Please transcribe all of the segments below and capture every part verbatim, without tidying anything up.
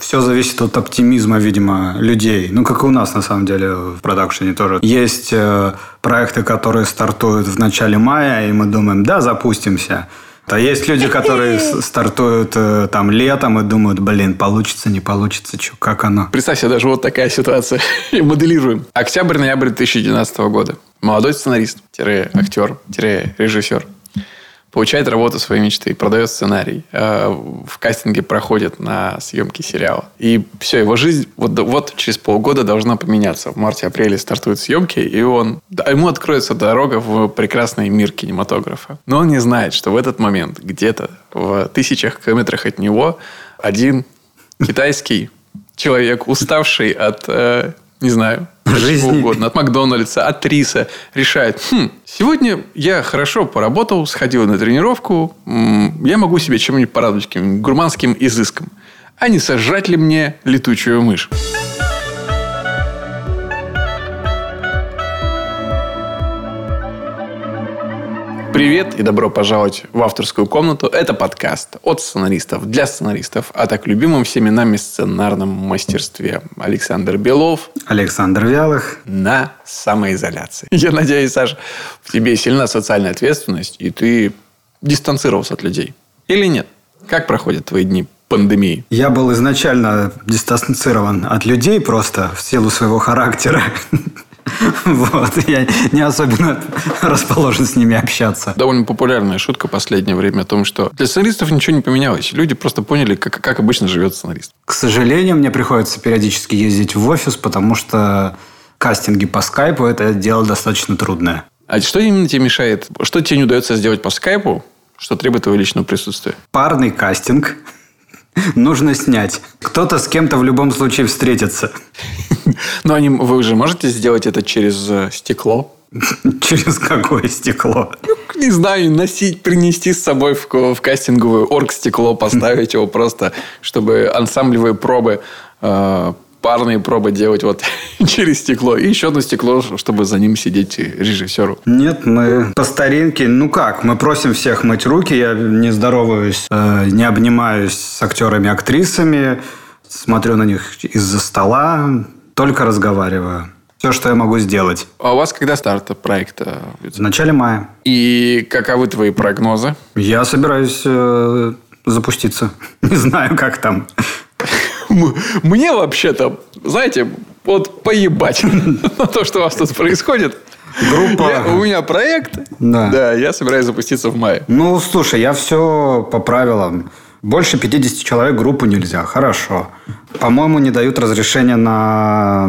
Все зависит от оптимизма, видимо, людей. Ну, как и у нас, на самом деле, в продакшене тоже. Есть э, проекты, которые стартуют в начале мая, и мы думаем, да, запустимся. А есть люди, которые стартуют э, там летом и думают, блин, получится, не получится, что, как оно? Представь себе, даже вот такая ситуация. Моделируем. Октябрь-ноябрь две тысячи двенадцатого года. Молодой сценарист, актер, режиссер получает работу своей мечты, продает сценарий, в кастинге проходит на съемки сериала. И все, его жизнь вот, вот через полгода должна поменяться. В марте-апреле стартуют съемки, и он, ему откроется дорога в прекрасный мир кинематографа. Но он не знает, что в этот момент где-то в тысячах километрах от него один китайский человек, уставший от... не знаю, от чего угодно, от Макдональдса, от риса, решает, хм, сегодня я хорошо поработал, сходил на тренировку, я могу себе чем-нибудь порадовать, каким-нибудь гурманским изыском. А не сожрать ли мне летучую мышь? Привет и добро пожаловать в авторскую комнату. Это подкаст от сценаристов для сценаристов о так любимом всеми нами сценарном мастерстве. Александр Белов. Александр Вялых. На самоизоляции. Я надеюсь, Саш, в тебе сильна социальная ответственность, и ты дистанцировался от людей. Или нет? Как проходят твои дни пандемии? Я был изначально дистанцирован от людей просто в силу своего характера. Вот, я не особенно расположен с ними общаться. Довольно популярная шутка в последнее время о том, что для сценаристов ничего не поменялось. Люди просто поняли, как, как обычно живет сценарист. К сожалению, мне приходится периодически ездить в офис, потому что кастинги по скайпу – это дело достаточно трудное. А что именно тебе мешает? Что тебе не удается сделать по скайпу, что требует твоего личного присутствия? Парный кастинг нужно снять. Кто-то с кем-то в любом случае встретится. Но они, вы же можете сделать это через стекло? Через какое стекло? Ну, не знаю, носить, принести с собой в, в кастинговую оргстекло, поставить его просто, чтобы ансамблевые пробы, э, парные пробы делать вот через стекло. И еще одно стекло, чтобы за ним сидеть режиссеру. Нет, мы по старинке. Ну как, мы просим всех мыть руки. Я не здороваюсь, э, не обнимаюсь с актерами, актрисами. Смотрю на них из-за стола. Только разговариваю. Все, что я могу сделать. А у вас когда старт проекта? В начале мая. И каковы твои прогнозы? Я собираюсь э, запуститься. Не знаю, как там. Мне вообще-то, знаете, вот поебать на то, что у вас тут происходит. Группа... Я, у меня проект. Да. Да, я собираюсь запуститься в мае. Ну, слушай, я все по правилам. Больше пятьдесят человек группу нельзя. Хорошо. По-моему, не дают разрешения на,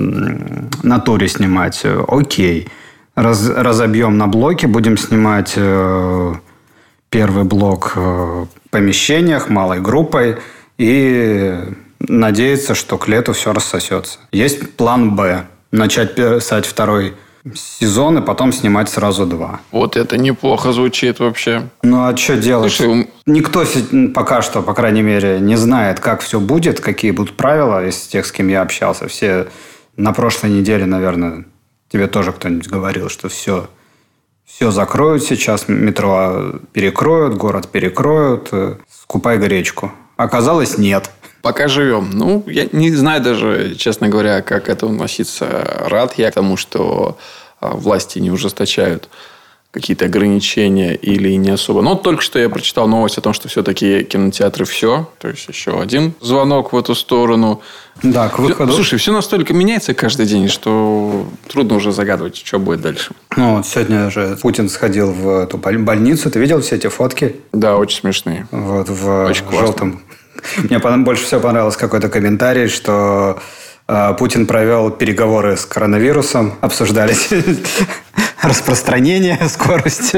на туре снимать. Окей. Раз, разобьем на блоки. Будем снимать э, первый блок в помещениях малой группой. И надеяться, что к лету все рассосется. Есть план «Б». Начать писать второй сезон и потом снимать сразу два. Вот это неплохо звучит вообще. Ну, а что делать? Слушай, никто пока что, по крайней мере, не знает, как все будет, какие будут правила из тех, с кем я общался. Все на прошлой неделе, наверное, тебе тоже кто-нибудь говорил, что все, все закроют сейчас, метро перекроют, город перекроют, скупай гречку. Оказалось, нет. Пока живем. Ну, я не знаю даже, честно говоря, как это относиться. Рад я к тому, что власти не ужесточают какие-то ограничения или не особо. Но только что я прочитал новость о том, что все-таки кинотеатры все. То есть, еще один звонок в эту сторону. Да, к выходу. Слушай, все настолько меняется каждый день, что трудно уже загадывать, что будет дальше. Ну, вот сегодня же Путин сходил в эту больницу. Ты видел все эти фотки? Да, очень смешные. Вот в очень желтом... Мне больше всего понравился какой-то комментарий, что э, Путин провел переговоры с коронавирусом, обсуждались распространение, скорость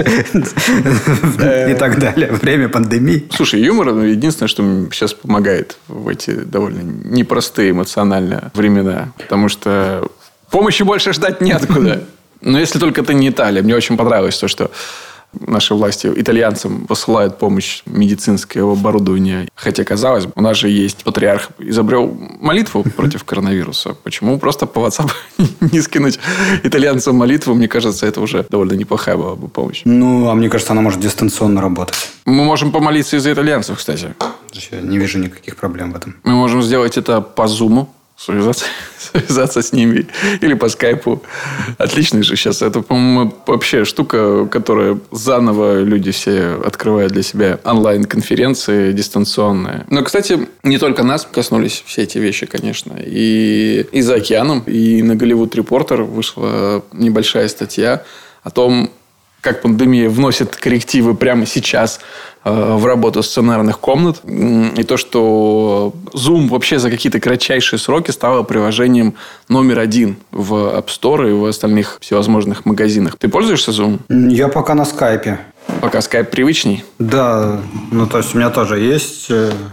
и так далее. Время пандемии. Слушай, юмор единственное, что сейчас помогает в эти довольно непростые эмоционально времена. Потому что помощи больше ждать неоткуда. Но если только это не Италия. Мне очень понравилось то, что наши власти итальянцам посылают помощь медицинского оборудования. Хотя, казалось бы, у нас же есть патриарх, изобрел молитву против коронавируса. Почему просто по WhatsApp не скинуть итальянцам молитву? Мне кажется, это уже довольно неплохая была бы помощь. Ну, а мне кажется, она может дистанционно работать. Мы можем помолиться из-за итальянцев, кстати. Я не вижу никаких проблем в этом. Мы можем сделать это по Zoom. Связаться, связаться с ними или по скайпу. Отлично же сейчас. Это, по-моему, вообще штука, которая заново люди все открывают для себя онлайн-конференции дистанционные. Но, кстати, не только нас коснулись все эти вещи, конечно. И, и за океаном, и на Hollywood Reporter вышла небольшая статья о том, как пандемия вносит коррективы прямо сейчас э, в работу сценарных комнат. И то, что Zoom вообще за какие-то кратчайшие сроки стало приложением номер один в App Store и в остальных всевозможных магазинах. Ты пользуешься Zoom? Я пока на скайпе. Пока скайп привычней? Да. Ну, то есть, у меня тоже есть.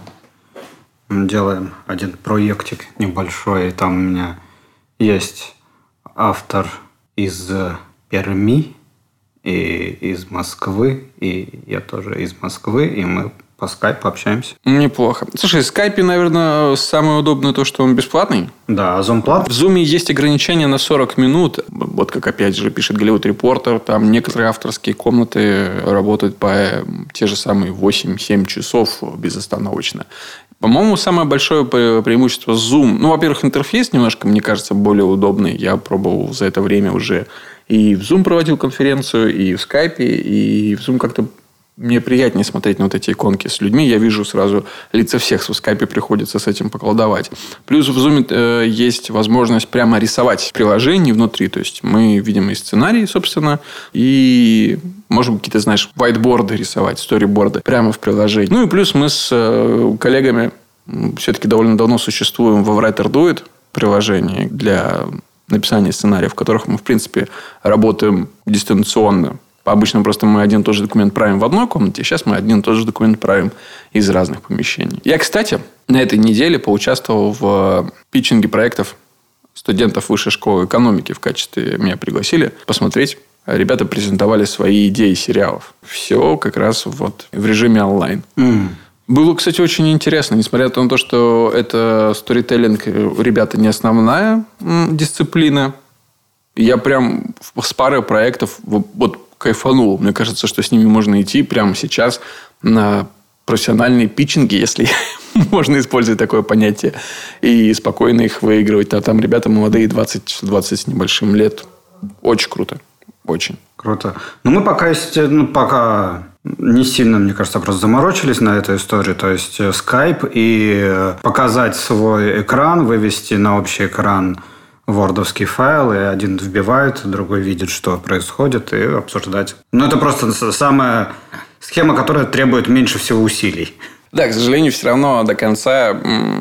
Мы делаем один проектик небольшой. Там у меня есть автор из Перми и из Москвы, и я тоже из Москвы, и мы по скайпу общаемся. Неплохо. Слушай, в скайпе, наверное, самое удобное то, что он бесплатный. Да, а Zoom платный? В Zoom есть ограничения на сорок минут. Вот как опять же пишет Hollywood Reporter, там некоторые авторские комнаты работают по те же самые восемь-семь часов безостановочно. По-моему, самое большое преимущество Zoom... Ну, во-первых, интерфейс немножко, мне кажется, более удобный. Я пробовал за это время уже и в Zoom проводил конференцию, и в Skype, и в Zoom как-то мне приятнее смотреть на вот эти иконки с людьми. Я вижу сразу лица всех. В Skype приходится с этим поколдовать. Плюс в Zoom э, есть возможность прямо рисовать приложение внутри. То есть, мы видим и сценарий, собственно, и можем какие-то, знаешь, whiteboarды рисовать, сториборды прямо в приложении. Ну, и плюс мы с э, коллегами все-таки довольно давно существуем во WriterDuet приложении для написания сценариев, в которых мы, в принципе, работаем дистанционно. Обычно просто мы один и тот же документ правим в одной комнате, а сейчас мы один и тот же документ правим из разных помещений. Я, кстати, на этой неделе поучаствовал в питчинге проектов студентов Высшей школы экономики. В качестве меня пригласили посмотреть. Ребята презентовали свои идеи сериалов. Все как раз вот в режиме онлайн. Mm. Было, кстати, очень интересно. Несмотря на то, что это сторителлинг, ребята, не основная дисциплина. Я прям с парой проектов вот кайфанул. Мне кажется, что с ними можно идти прямо сейчас на профессиональные питчинги, если можно использовать такое понятие, и спокойно их выигрывать. А там ребята молодые, двадцать двадцать с небольшим лет. Очень круто. Очень. Круто. Но мы пока, ну, пока не сильно, мне кажется, просто заморочились на эту историю. То есть, Skype и показать свой экран, вывести на общий экран вордовский файл, и один вбивает, другой видит, что происходит, и обсуждать. Но это просто самая схема, которая требует меньше всего усилий. Да, к сожалению, все равно до конца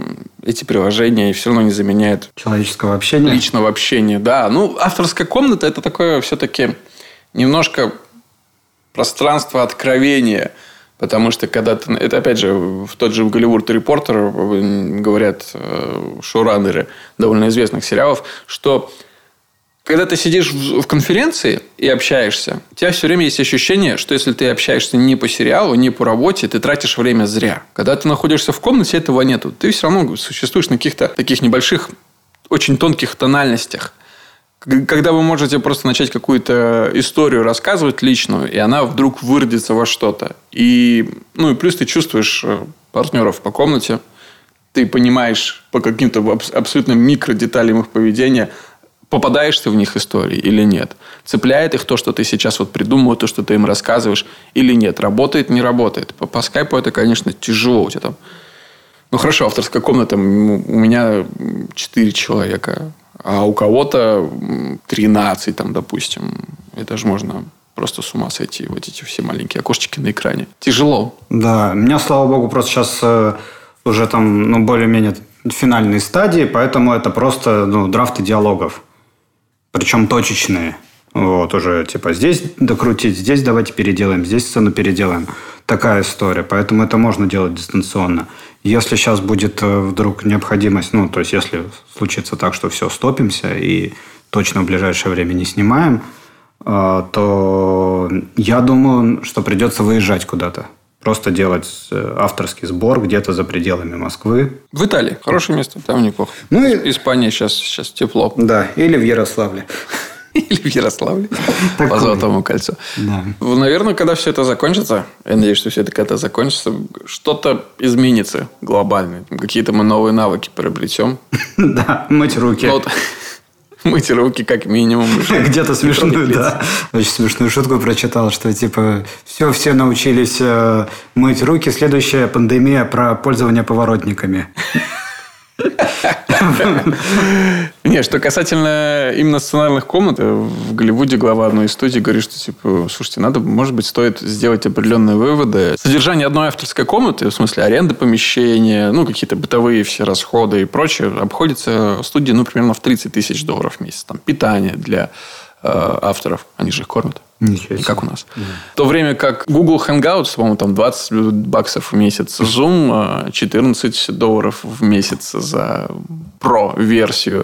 эти приложения все равно не заменяют человеческого общения. Личного общения, да. Ну, авторская комната – это такое все-таки немножко пространство откровения. Потому что, когда ты... Это, опять же, в тот же Hollywood Reporter говорят шоураннеры довольно известных сериалов, что когда ты сидишь в конференции и общаешься, у тебя все время есть ощущение, что если ты общаешься не по сериалу, не по работе, ты тратишь время зря. Когда ты находишься в комнате, этого нету. Ты все равно существуешь на каких-то таких небольших, очень тонких тональностях. Когда вы можете просто начать какую-то историю рассказывать личную, и она вдруг выродится во что-то. И, ну, и плюс ты чувствуешь партнеров по комнате, ты понимаешь по каким-то абсолютно микродеталям их поведения, попадаешь ты в них истории или нет. Цепляет их то, что ты сейчас вот придумал, то, что ты им рассказываешь, или нет. Работает, не работает. По, по скайпу это, конечно, тяжело. У тебя там... Ну, хорошо, авторская комната. У меня четыре человека. А у кого-то тринадцать, там, допустим. Это же можно просто с ума сойти. Вот эти все маленькие окошечки на экране. Тяжело. Да. У меня, слава богу, просто сейчас э, уже там, ну, более-менее финальные стадии. Поэтому это просто, ну, драфты диалогов. Причем точечные. Вот, уже типа здесь докрутить, здесь давайте переделаем, здесь сцену переделаем. Такая история. Поэтому это можно делать дистанционно. Если сейчас будет вдруг необходимость, ну, то есть, если случится так, что все, стопимся и точно в ближайшее время не снимаем, то я думаю, что придется выезжать куда-то. Просто делать авторский сбор где-то за пределами Москвы. В Италии. Хорошее место. Там неплохо. Ну, и... Испания сейчас, сейчас тепло. Да. Или в Ярославле. Или в Ярославле. Такой. По Золотому кольцу. Да. Наверное, когда все это закончится, я надеюсь, что все это когда закончится, что-то изменится глобально. Какие-то мы новые навыки приобретем. Да, мыть руки. Мыть руки, как минимум. Где-то смешную, да. Очень смешную шутку прочитал, что типа все, все научились э, мыть руки. Следующая пандемия про пользование поворотниками. Не, что касательно именно сценарных комнат, в Голливуде глава одной из студий говорит, что типа, слушайте, надо, может быть, стоит сделать определенные выводы. Содержание одной авторской комнаты, в смысле аренды помещения, ну, какие-то бытовые все расходы и прочее, обходится студии, ну, примерно в тридцать тысяч долларов в месяц. Там питание для э, авторов, они же их кормят. Ничего себе. Как у нас. Да. В то время как Google Hangouts, по-моему, там двадцать баксов в месяц. Zoom четырнадцать долларов в месяц за про-версию.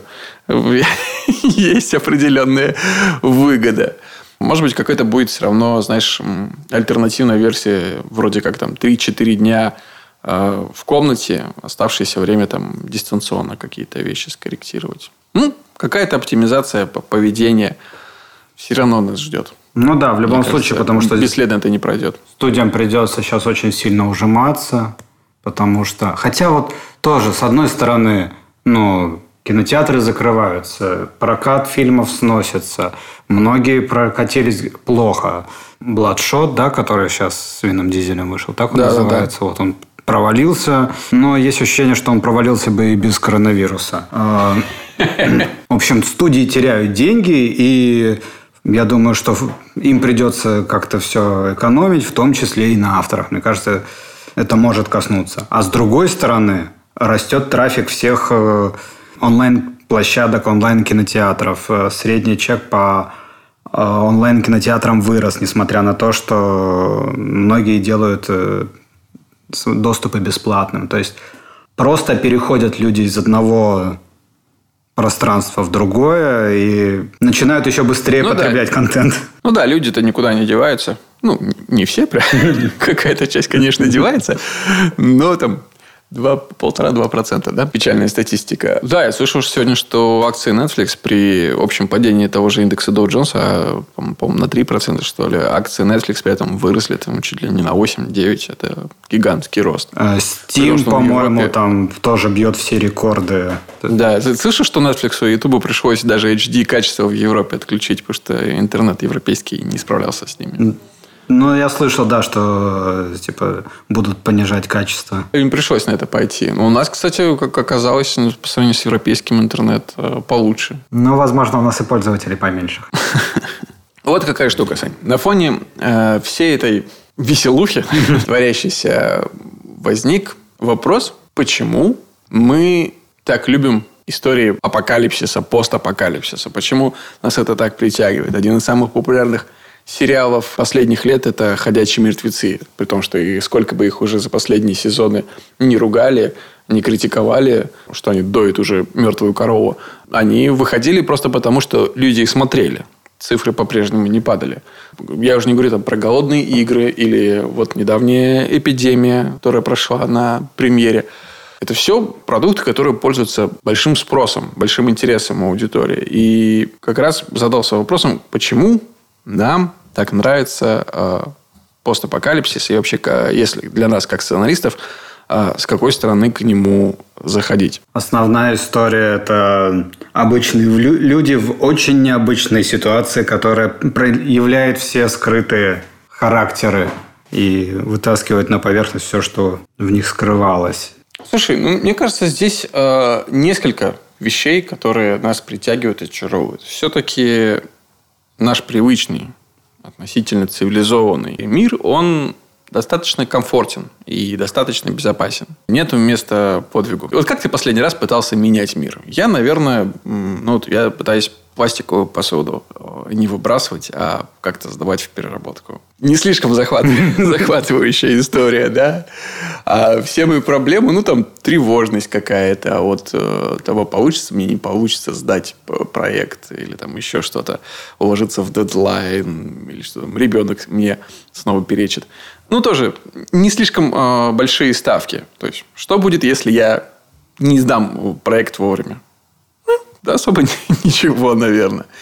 Есть определенная выгода. Может быть, какая-то будет все равно, знаешь, альтернативная версия, вроде как там три-четыре дня в комнате, оставшееся время там дистанционно какие-то вещи скорректировать. Ну, какая-то оптимизация поведения все равно нас ждет. Ну да, в любом Мне случае, кажется, потому что... Бесследно это не пройдет. Студиям придется сейчас очень сильно ужиматься, потому что... Хотя вот тоже, с одной стороны, ну, кинотеатры закрываются, прокат фильмов сносится, многие прокатились плохо. Bloodshot, да, который сейчас с Вином Дизелем вышел, так он да, называется, да. Вот он провалился, но есть ощущение, что он провалился бы и без коронавируса. В общем, студии теряют деньги, и... Я думаю, что им придется как-то все экономить, в том числе и на авторах. Мне кажется, это может коснуться. А с другой стороны, растет трафик всех онлайн-площадок, онлайн-кинотеатров. Средний чек по онлайн-кинотеатрам вырос, несмотря на то, что многие делают доступы бесплатным. То есть, просто переходят люди из одного... пространство в другое и начинают еще быстрее ну, потреблять да. контент. Ну да, люди-то никуда не деваются. Ну, не все прям. Какая-то часть, конечно, девается. Но там полтора-два процента, да? Печальная статистика. Да, я слышал сегодня, что акции Netflix при общем падении того же индекса Dow Jones, а, по-моему, на три процента, что ли, акции Netflix при этом выросли там, чуть ли не на восемь-девять. Это гигантский рост. А Steam, Потому, по-моему, Европе... там тоже бьет все рекорды. Да, ты слышишь, что Netflix и YouTube пришлось даже эйч ди качество в Европе отключить, потому что интернет европейский не справлялся с ними. Ну, я слышал, да, что типа будут понижать качество. Им пришлось на это пойти. Но у нас, кстати, как оказалось, по сравнению с европейским интернет получше. Ну, возможно, у нас и пользователей поменьше. Вот какая штука, Сань. На фоне всей этой веселухи, творящейся, возник вопрос, почему мы так любим истории апокалипсиса, постапокалипсиса. Почему нас это так притягивает? Один из самых популярных сериалов последних лет – это «Ходячие мертвецы». При том, что и сколько бы их уже за последние сезоны не ругали, не критиковали, что они доят уже мертвую корову, они выходили просто потому, что люди их смотрели. Цифры по-прежнему не падали. Я уже не говорю там про «Голодные игры» или вот недавняя «Эпидемия», которая прошла на премьере. Это все продукты, которые пользуются большим спросом, большим интересом у аудитории. И как раз задался вопросом, почему нам так нравится э, постапокалипсис. И вообще, если для нас, как сценаристов, э, с какой стороны к нему заходить? Основная история – это обычные люди в очень необычной ситуации, которая проявляет все скрытые характеры и вытаскивает на поверхность все, что в них скрывалось. Слушай, ну, мне кажется, здесь э, несколько вещей, которые нас притягивают и очаровывают. Все-таки наш привычный, относительно цивилизованный мир, он достаточно комфортен и достаточно безопасен. Нет места подвигу. Вот как ты последний раз пытался менять мир? Я, наверное, ну, вот я пытаюсь пластиковую посуду не выбрасывать, а как-то сдавать в переработку. Не слишком захватывающая история, да? А все мои проблемы, ну, там, тревожность какая-то, а вот того, получится мне, не получится сдать проект или там еще что-то, уложиться в дедлайн, или что там, ребенок мне снова перечит. Ну, тоже не слишком э, большие ставки. То есть, что будет, если я не сдам проект вовремя? Ну, да, особо ничего, наверное.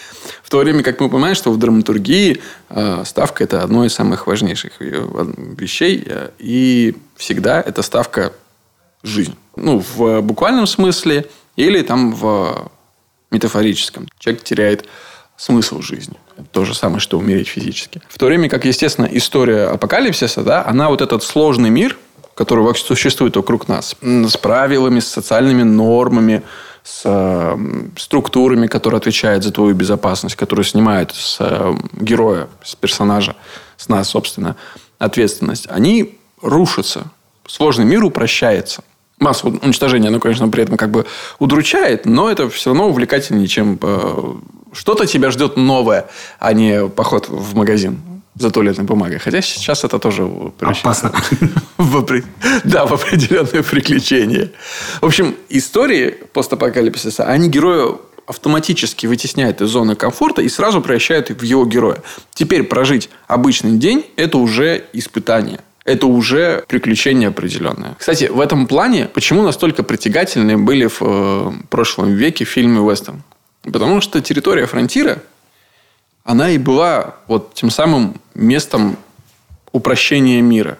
В то время как мы понимаем, что в драматургии э, ставка – это одно из самых важнейших вещей. И всегда эта ставка – жизнь. Ну, в буквальном смысле или там в метафорическом. Человек теряет смысл жизни. Это то же самое, что умереть физически. В то время как, естественно, история апокалипсиса, да, она вот этот сложный мир, который существует вокруг нас, с правилами, с социальными нормами, с э, структурами, которые отвечают за твою безопасность, которые снимают с э, героя, с персонажа, с нас, собственно, ответственность, они рушатся. Сложный мир упрощается. Массовое уничтожение, оно, конечно, при этом как бы удручает, но это все равно увлекательнее, чем э, что-то тебя ждет новое, а не поход в магазин за туалетной бумагой. Хотя сейчас это тоже опасно. В, да, в определенное приключение. В общем, истории постапокалипсиса, они героя автоматически вытесняют из зоны комфорта и сразу превращают их в его героя. Теперь прожить обычный день – это уже испытание. Это уже приключение определенное. Кстати, в этом плане, почему настолько притягательны были в э, прошлом веке фильмы вестерн? Потому что территория фронтира, она и была вот тем самым местом упрощения мира.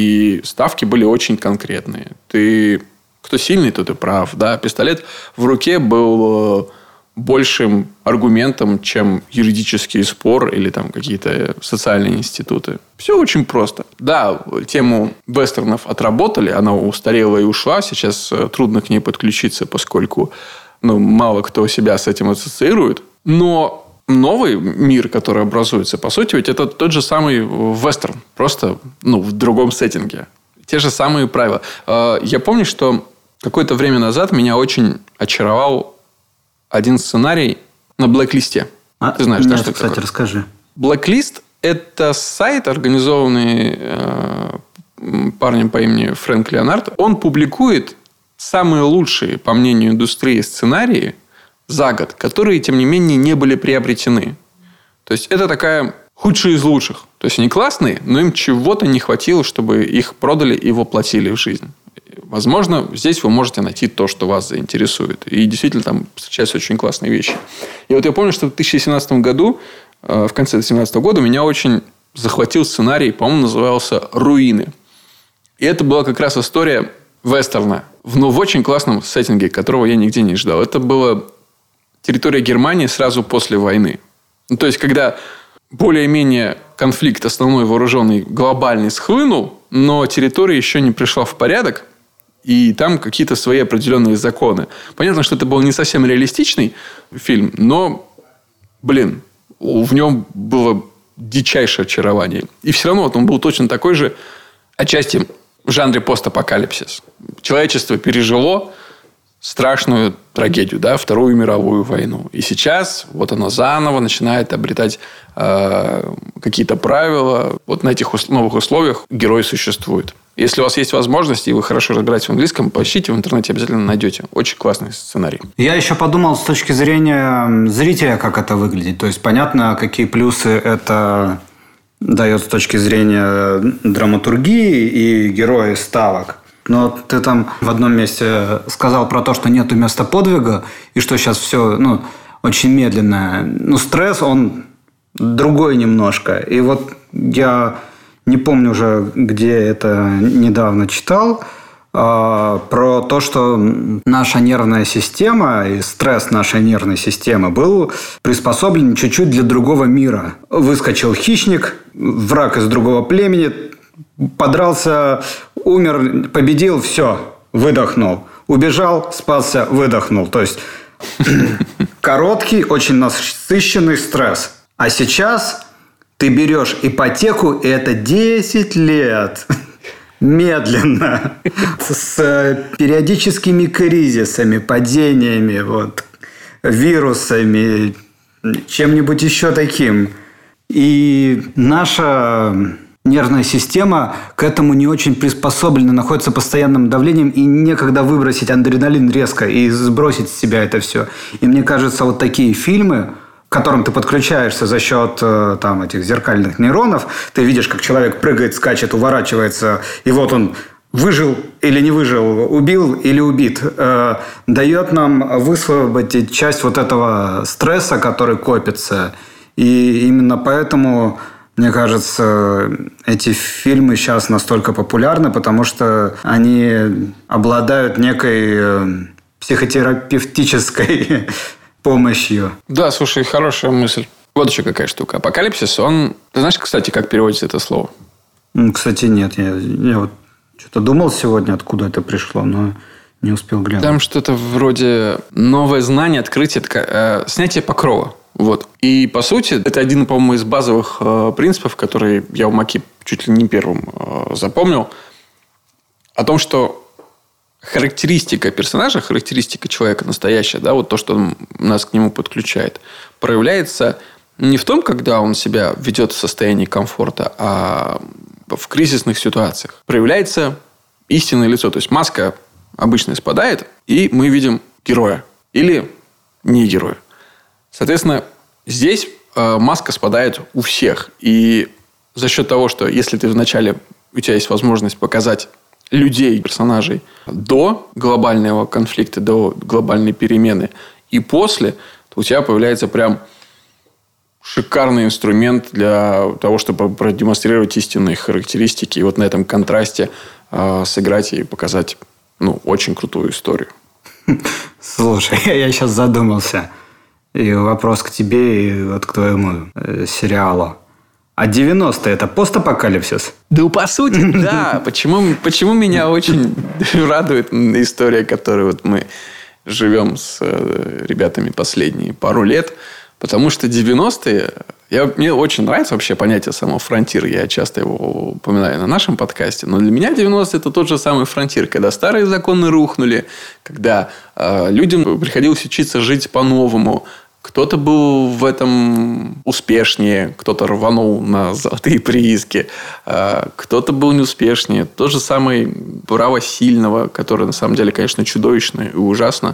И ставки были очень конкретные. Ты, кто сильный, тот и прав. Да? Пистолет в руке был большим аргументом, чем юридический спор или там какие-то социальные институты. Все очень просто. Да, тему вестернов отработали, она устарела и ушла. Сейчас трудно к ней подключиться, поскольку ну, мало кто себя с этим ассоциирует. Но новый мир, который образуется, по сути, ведь это тот же самый вестерн. Просто ну, в другом сеттинге. Те же самые правила. Я помню, что какое-то время назад меня очень очаровал один сценарий на Blacklist. А, Ты знаешь, нет, да, что кстати, такое? Расскажи. Blacklist – это сайт, организованный э, парнем по имени Фрэнк Леонард. Он публикует самые лучшие, по мнению индустрии, сценарии за год, которые, тем не менее, не были приобретены. То есть, это такая худшая из лучших. То есть, они классные, но им чего-то не хватило, чтобы их продали и воплотили в жизнь. Возможно, здесь вы можете найти то, что вас заинтересует. И действительно, там встречаются очень классные вещи. И вот я помню, что в две тысячи семнадцатом году, в конце две тысячи семнадцатого года, меня очень захватил сценарий, по-моему, назывался «Руины». И это была как раз история вестерна. Но в очень классном сеттинге, которого я нигде не ждал. Это была территория Германии сразу после войны. Ну, то есть, когда более-менее конфликт основной вооруженный глобальный схлынул, но территория еще не пришла в порядок, и там какие-то свои определенные законы. Понятно, что это был не совсем реалистичный фильм, но, блин, в нем было дичайшее очарование. И все равно вот он был точно такой же, отчасти в жанре постапокалипсис. Человечество пережило страшную трагедию, да, Вторую мировую войну. И сейчас вот оно заново начинает обретать э, какие-то правила. Вот на этих новых условиях герой существует. Если у вас есть возможность, и вы хорошо разбираетесь в английском, поищите в интернете, обязательно найдете. Очень классный сценарий. Я еще подумал с точки зрения зрителя, как это выглядит. То есть, понятно, какие плюсы это дает с точки зрения драматургии и героя ставок. Но ты там в одном месте сказал про то, что нету места подвига, и что сейчас все ну, очень медленно. Ну, стресс, он другой немножко. И вот я не помню уже, где это недавно читал, э, про то, что наша нервная система и стресс нашей нервной системы был приспособлен чуть-чуть для другого мира. Выскочил хищник, враг из другого племени, подрался, умер, победил, все, выдохнул. Убежал, спасся, выдохнул. То есть, короткий, очень насыщенный стресс. А сейчас ты берешь ипотеку, и это десять лет. Медленно. С периодическими кризисами, падениями, вот, вирусами, чем-нибудь еще таким. И наша нервная система к этому не очень приспособлена, находится под постоянным давлением, и некогда выбросить адреналин резко и сбросить с себя это все. И мне кажется, вот такие фильмы, к которым ты подключаешься за счет там, этих зеркальных нейронов, ты видишь, как человек прыгает, скачет, уворачивается, и вот он выжил или не выжил, убил или убит, э, дает нам высвободить часть вот этого стресса, который копится. И именно поэтому, мне кажется, эти фильмы сейчас настолько популярны, потому что они обладают некой психотерапевтической помощью. Да, слушай, хорошая мысль. Вот еще какая штука. Апокалипсис, он... Ты знаешь, кстати, как переводится это слово? Кстати, нет. Я, я вот что-то думал сегодня, откуда это пришло, но не успел глянуть. Там что-то вроде новое знание, открытие, э, снятие покрова. Вот. И, по сути, это один, по-моему, из базовых э, принципов, которые я у Маки чуть ли не первым э, запомнил. О том, что характеристика персонажа, характеристика человека настоящая, да, вот то, что нас к нему подключает, проявляется не в том, когда он себя ведет в состоянии комфорта, а в кризисных ситуациях. Проявляется истинное лицо. То есть, маска обычно спадает, и мы видим героя. Или не героя. Соответственно, здесь э, маска спадает у всех. И за счет того, что если ты вначале, у тебя есть возможность показать людей, персонажей до глобального конфликта, до глобальной перемены, и после, то у тебя появляется прям шикарный инструмент для того, чтобы продемонстрировать истинные характеристики. И вот на этом контрасте э, сыграть и показать ну, очень крутую историю. Слушай, я сейчас задумался. И вопрос к тебе и вот к твоему э, сериалу. А девяностые – это постапокалипсис? Да, по сути, да. Почему, почему меня очень радует история, которой вот мы живем с э, ребятами последние пару лет. Потому что девяностые... Я, мне очень нравится вообще понятие самого фронтир. Я часто его упоминаю на нашем подкасте. Но для меня девяностые – это тот же самый фронтир. Когда старые законы рухнули. Когда э, людям приходилось учиться жить по-новому. Кто-то был в этом успешнее. Кто-то рванул на золотые прииски. Э, кто-то был неуспешнее. Тот же самый право сильного, которое на самом деле, конечно, чудовищно и ужасно.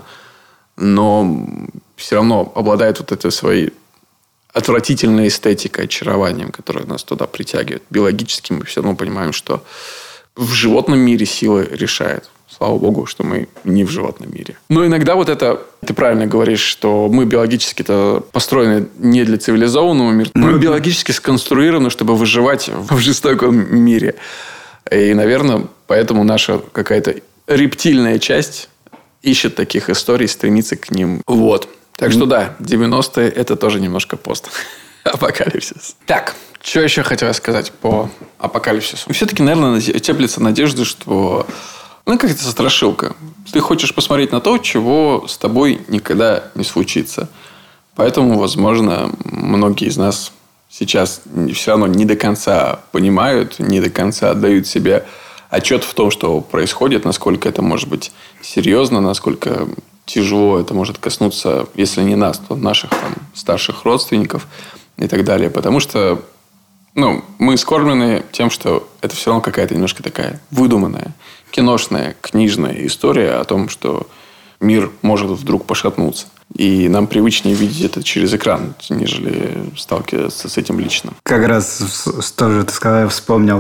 Но все равно обладает вот этой своей отвратительной эстетикой, очарованием, которое нас туда притягивает. Биологически мы все равно понимаем, что в животном мире сила решает. Слава богу, что мы не в животном мире. Но иногда вот это... Ты правильно говоришь, что мы биологически-то построены не для цивилизованного мира. Мы ну, биологически сконструированы, чтобы выживать в жестоком мире. И, наверное, поэтому наша какая-то рептильная часть ищет таких историй, стремится к ним. Вот. Так что да, девяностые – это тоже немножко пост-апокалипсис. Так, что еще хотел сказать по апокалипсису? Все-таки, наверное, теплится надежда, что... Ну, как это страшилка. Ты хочешь посмотреть на то, чего с тобой никогда не случится. Поэтому, возможно, многие из нас сейчас все равно не до конца понимают, не до конца отдают себе отчет в том, что происходит, насколько это может быть серьезно, насколько тяжело это может коснуться, если не нас, то наших там, старших родственников и так далее. Потому что ну, мы скормлены тем, что это все равно какая-то немножко такая выдуманная, киношная, книжная история о том, что мир может вдруг пошатнуться. И нам привычнее видеть это через экран, нежели сталкиваться с этим лично. Как раз тоже, ты сказал, я вспомнил.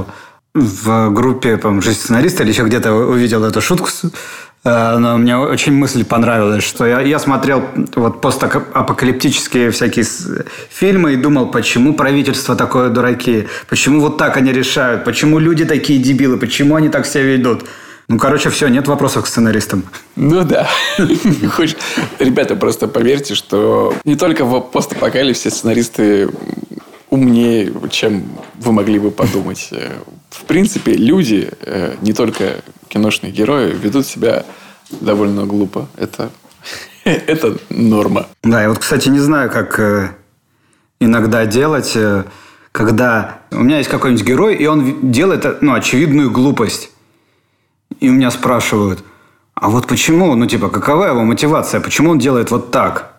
В группе, по-моему, «Жизнь сценариста» или еще где-то увидел эту шутку. Но мне очень мысль понравилась, что я, я смотрел вот постапокалиптические всякие фильмы и думал, почему правительство такое дураки, почему вот так они решают, почему люди такие дебилы, почему они так себя ведут. Ну, короче, все, нет вопросов к сценаристам. Ну, да. Ребята, просто поверьте, что не только в постапокалипсисе сценаристы умнее, чем вы могли бы подумать. В принципе, люди, не только киношные герои, ведут себя довольно глупо. Это, это норма. Да, я вот, кстати, не знаю, как иногда делать, когда у меня есть какой-нибудь герой, и он делает ну, очевидную глупость. И у меня спрашивают, а вот почему, ну, типа, какова его мотивация? Почему он делает вот так?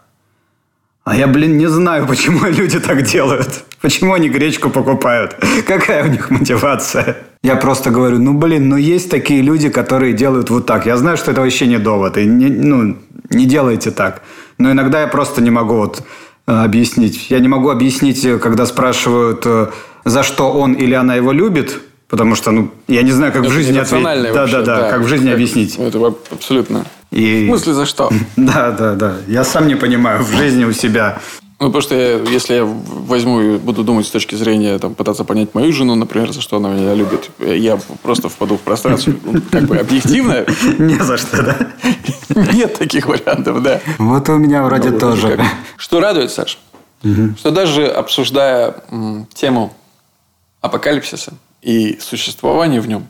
А я, блин, не знаю, почему люди так делают. Почему они гречку покупают? Какая у них мотивация? Я просто говорю, ну, блин, ну, есть такие люди, которые делают вот так. Я знаю, что это вообще не довод. И не, ну, не делайте так. Но иногда я просто не могу вот объяснить. Я не могу объяснить, когда спрашивают, за что он или она его любит. Потому что, ну, я не знаю, как это в жизни ответить. Да, да, да, как в жизни как, объяснить. Это абсолютно. И... В смысле, за что? Да, да, да. Я сам не понимаю в жизни у себя. Ну, потому что я, если я возьму и буду думать с точки зрения, там, пытаться понять мою жену, например, за что она меня любит, я просто впаду в пространство, как бы объективно. Не за что, да? Нет таких вариантов, да. Вот у меня вроде тоже. Что радует, Саш? Что даже обсуждая тему апокалипсиса и существования в нем,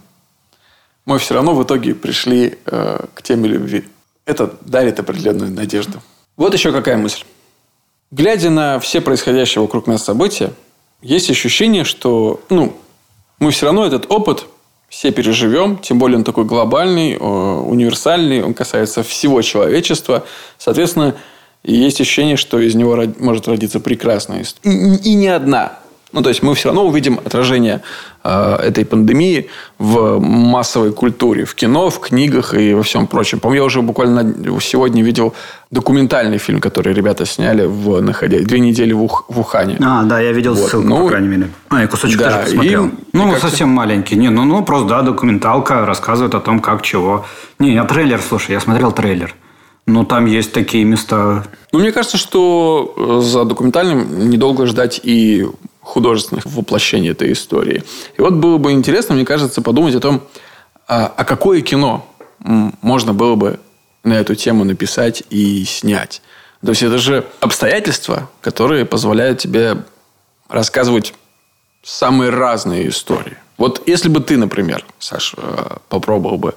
мы все равно в итоге пришли к теме любви. Это дарит определенную надежду. Вот еще какая мысль. Глядя на все происходящие вокруг нас события, есть ощущение, что ну, мы все равно этот опыт все переживем, тем более он такой глобальный, универсальный, он касается всего человечества. Соответственно, есть ощущение, что из него может родиться прекрасная история. И, и не одна. Ну, то есть, мы все равно увидим отражение э, этой пандемии в массовой культуре, в кино, в книгах и во всем прочем. По-моему, я уже буквально сегодня видел документальный фильм, который ребята сняли, в, находя две недели в, Ух, в Ухане. А, да, я видел вот. ссылку, ну, по крайней мере. А, я кусочек да, тоже посмотрел. И, ну, и совсем маленький. Не, ну, ну, просто, да, документалка рассказывает о том, как, чего. Не, я трейлер, слушай, я смотрел трейлер. Ну, там есть такие места... Ну, мне кажется, что за документальным недолго ждать и художественных воплощений этой истории. И вот было бы интересно, мне кажется, подумать о том, а, а какое кино можно было бы на эту тему написать и снять. То есть, это же обстоятельства, которые позволяют тебе рассказывать самые разные истории. Вот если бы ты, например, Саш, попробовал бы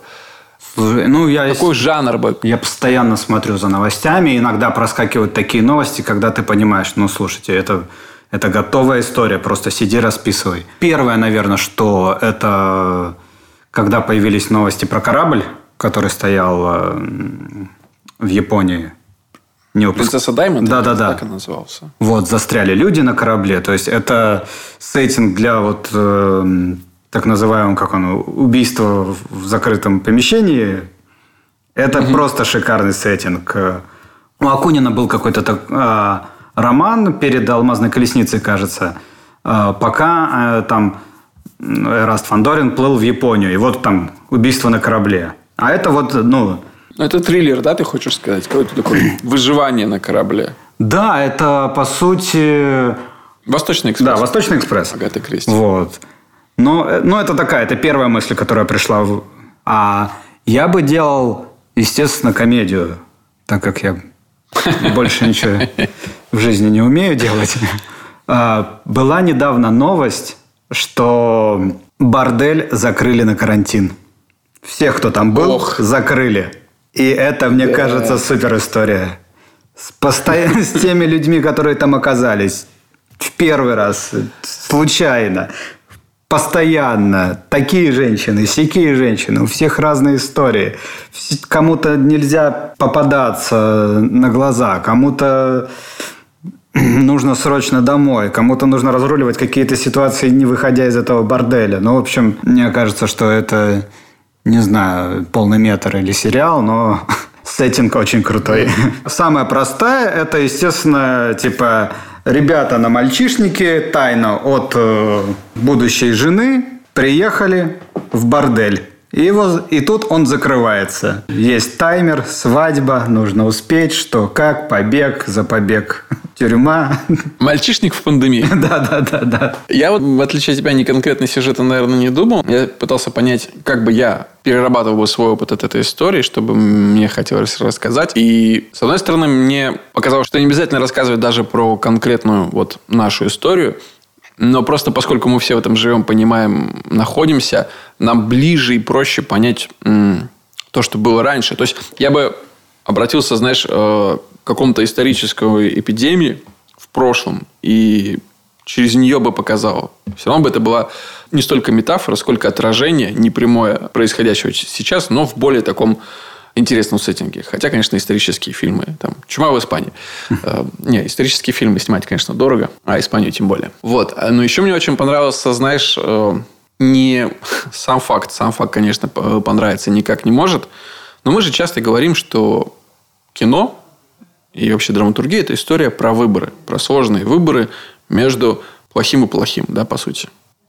Ну, я Какой жанр бы? Я постоянно смотрю за новостями. Иногда проскакивают такие новости, когда ты понимаешь, ну, слушайте, это, это готовая история. Просто сиди, расписывай. Первое, наверное, что это когда появились новости про корабль, который стоял в Японии. Не упуск... Принцесса Даймонд? Да, да, да. Так он назывался. Вот, застряли люди на корабле. То есть, это сеттинг для вот... так называемое, как оно, убийство в закрытом помещении. Это угу. просто шикарный сеттинг. У Акунина был какой-то так, а, роман перед «Алмазной колесницей», кажется, а, пока а, там Эраст Фандорин плыл в Японию. И вот там убийство на корабле. А это вот, ну... Это триллер, да, ты хочешь сказать? Какое-то такое выживание на корабле. Да, это, по сути... «Восточный экспресс». Да, «Восточный экспресс». Агата Кристи. Вот. Но, ну, это такая, это первая мысль, которая пришла. В... А я бы делал, естественно, комедию, так как я больше ничего в жизни не умею делать. Была недавно новость, что бордель закрыли на карантин. Всех, кто там был, Ох. закрыли. И это, мне yeah. кажется, супер история. С, постоянно, с теми людьми, которые там оказались. В первый раз. Случайно. Постоянно. Такие женщины, сякие женщины. У всех разные истории. Кому-то нельзя попадаться на глаза. Кому-то нужно срочно домой. Кому-то нужно разруливать какие-то ситуации, не выходя из этого борделя. Ну, в общем, мне кажется, что это, не знаю, полный метр или сериал, но сеттинг очень крутой. Самая простая, это, естественно, типа... Ребята на мальчишнике тайно от э, будущей жены приехали в бордель. И, его, и тут он закрывается. Есть таймер, свадьба, нужно успеть, что, как, побег, за побег, тюрьма. Мальчишник в пандемии. Да, да, да, да. Я вот, в отличие от тебя, не конкретно сюжета, наверное, не думал. Я пытался понять, как бы я перерабатывал бы свой опыт от этой истории, чтобы мне хотелось рассказать. И, с одной стороны, мне показалось, что не обязательно рассказывать даже про конкретную вот нашу историю. Но просто поскольку мы все в этом живем, понимаем, находимся, нам ближе и проще понять м, то, что было раньше. То есть, я бы обратился, знаешь, к какому-то исторической эпидемии в прошлом и через нее бы показал. Все равно бы это была не столько метафора, сколько отражение непрямое происходящего сейчас, но в более таком интересном сеттинге. Хотя, конечно, исторические фильмы. Там, «Чума в Испании». Не, исторические фильмы снимать, конечно, дорого. А Испанию тем более. Вот. Но еще мне очень понравился, знаешь, не сам факт. Сам факт, конечно, понравиться никак не может. Но мы же часто говорим, что кино и вообще драматургия – это история про выборы. Про сложные выборы между плохим и плохим, да, по сути.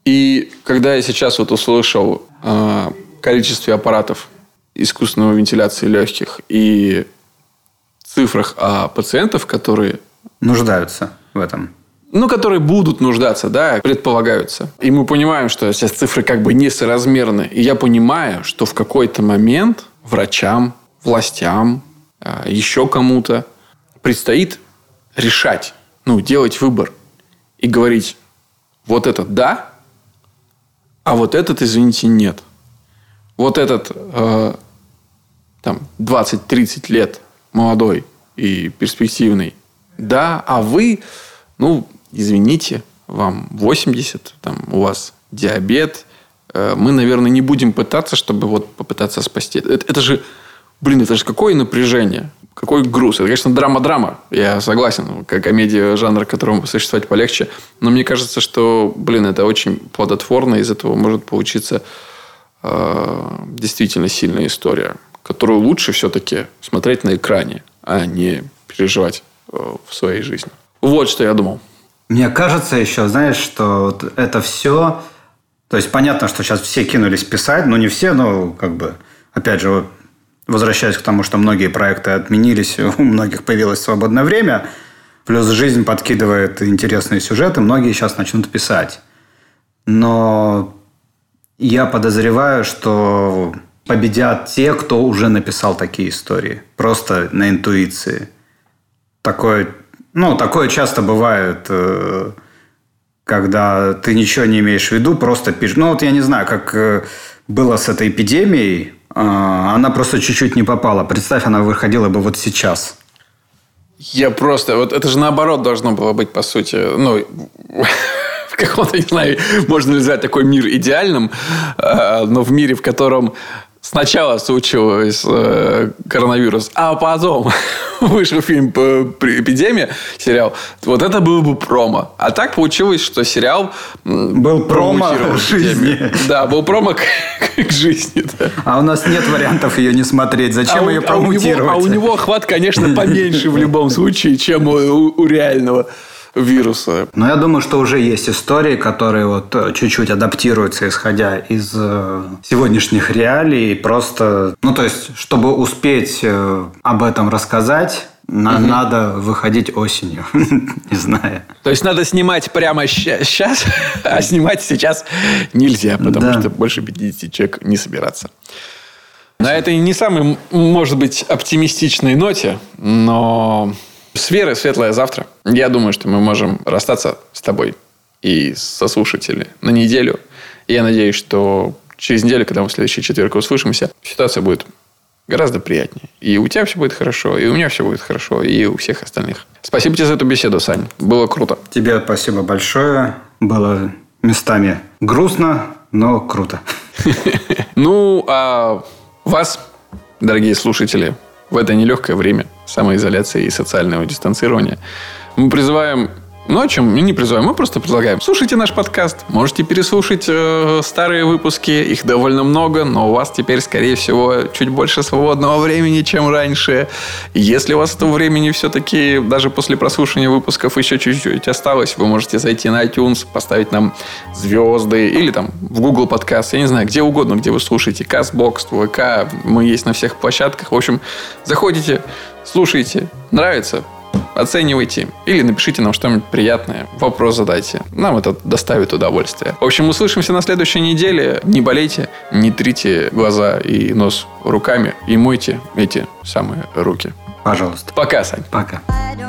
И когда я сейчас вот услышал э, количестве аппаратов искусственной вентиляции легких и цифрах о пациентах, которые... Нуждаются в этом. Ну, которые будут нуждаться, да, предполагаются. И мы понимаем, что сейчас цифры как бы несоразмерны. И я понимаю, что в какой-то момент врачам, властям, еще кому-то предстоит решать, ну, делать выбор. И говорить, вот этот да, а вот этот, извините, нет. Вот этот э, там двадцать-тридцать лет молодой и перспективный, да, а вы, ну, извините, вам восемьдесят, там, у вас диабет, э, мы, наверное, не будем пытаться, чтобы вот попытаться спасти. Это, это же, блин, это же какое напряжение, какой груз. Это, конечно, драма-драма, я согласен, как комедия, жанр, которому существовать полегче, но мне кажется, что, блин, это очень плодотворно, из этого может получиться э, действительно сильная история, которую лучше все-таки смотреть на экране, а не переживать э, в своей жизни. Вот что я думал. Мне кажется еще, знаешь, что вот это все... То есть, понятно, что сейчас все кинулись писать, но не все, но как бы... Опять же, возвращаясь к тому, что многие проекты отменились, у многих появилось свободное время, плюс жизнь подкидывает интересные сюжеты, многие сейчас начнут писать. Но я подозреваю, что победят те, кто уже написал такие истории. Просто на интуиции. Такое... Ну, такое часто бывает, когда ты ничего не имеешь в виду, просто пишешь. Ну, вот я не знаю, как было с этой эпидемией. Она просто чуть-чуть не попала. Представь, она выходила бы вот сейчас. Я просто... Вот это же наоборот должно было быть, по сути. Ну, в каком-то, не знаю, можно ли назвать такой мир идеальным, но в мире, в котором... Сначала случилось э, коронавирус, а потом вышел фильм «Эпидемия», сериал. Вот это был бы промо. А так получилось, что сериал был промо к жизни. Да, был промо к, к жизни. Да. А у нас нет вариантов ее не смотреть. Зачем а ее у, промоутировать? А у, него, а у него охват, конечно, поменьше в любом случае, чем у, у реального вируса. Но я думаю, что уже есть истории, которые вот чуть-чуть адаптируются, исходя из э, сегодняшних реалий. Просто, ну, то есть, чтобы успеть э, об этом рассказать, на- угу. надо выходить осенью. Не знаю. То есть, надо снимать прямо щ- сейчас, а снимать сейчас нельзя, потому да. что больше пятьдесят человек не собираться. На этой не самой, может быть, оптимистичной ноте, но... С верой светлое завтра. Я думаю, что мы можем расстаться с тобой и со слушателями на неделю. И я надеюсь, что через неделю, когда мы в следующий четверг услышимся, ситуация будет гораздо приятнее. И у тебя все будет хорошо, и у меня все будет хорошо, и у всех остальных. Спасибо тебе за эту беседу, Сань. Было круто. Тебе спасибо большое. Было местами грустно, но круто. Ну, а вас, дорогие слушатели, в это нелегкое время самоизоляции и социального дистанцирования мы призываем... Ну, о чем мы не призываем, мы просто предлагаем. Слушайте наш подкаст. Можете переслушать э, старые выпуски. Их довольно много, но у вас теперь, скорее всего, чуть больше свободного времени, чем раньше. Если у вас этого времени все-таки даже после прослушивания выпусков еще чуть-чуть осталось, вы можете зайти на iTunes, поставить нам звезды или там в Google Подкаст, я не знаю, где угодно, где вы слушаете. Castbox, ВК, мы есть на всех площадках. В общем, заходите, слушайте, нравится, оценивайте или напишите нам что-нибудь приятное. Вопрос задайте. Нам это доставит удовольствие. В общем, услышимся на следующей неделе. Не болейте, не трите глаза и нос руками и мойте эти самые руки. Пожалуйста. Пока, Сань. Пока.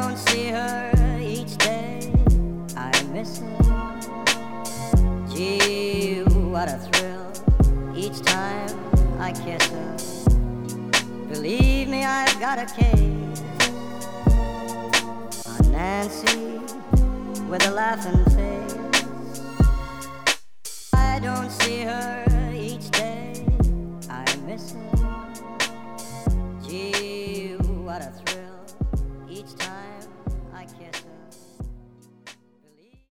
Nancy with a laughing face. I don't see her each day. I miss her. Gee, what a thrill each time.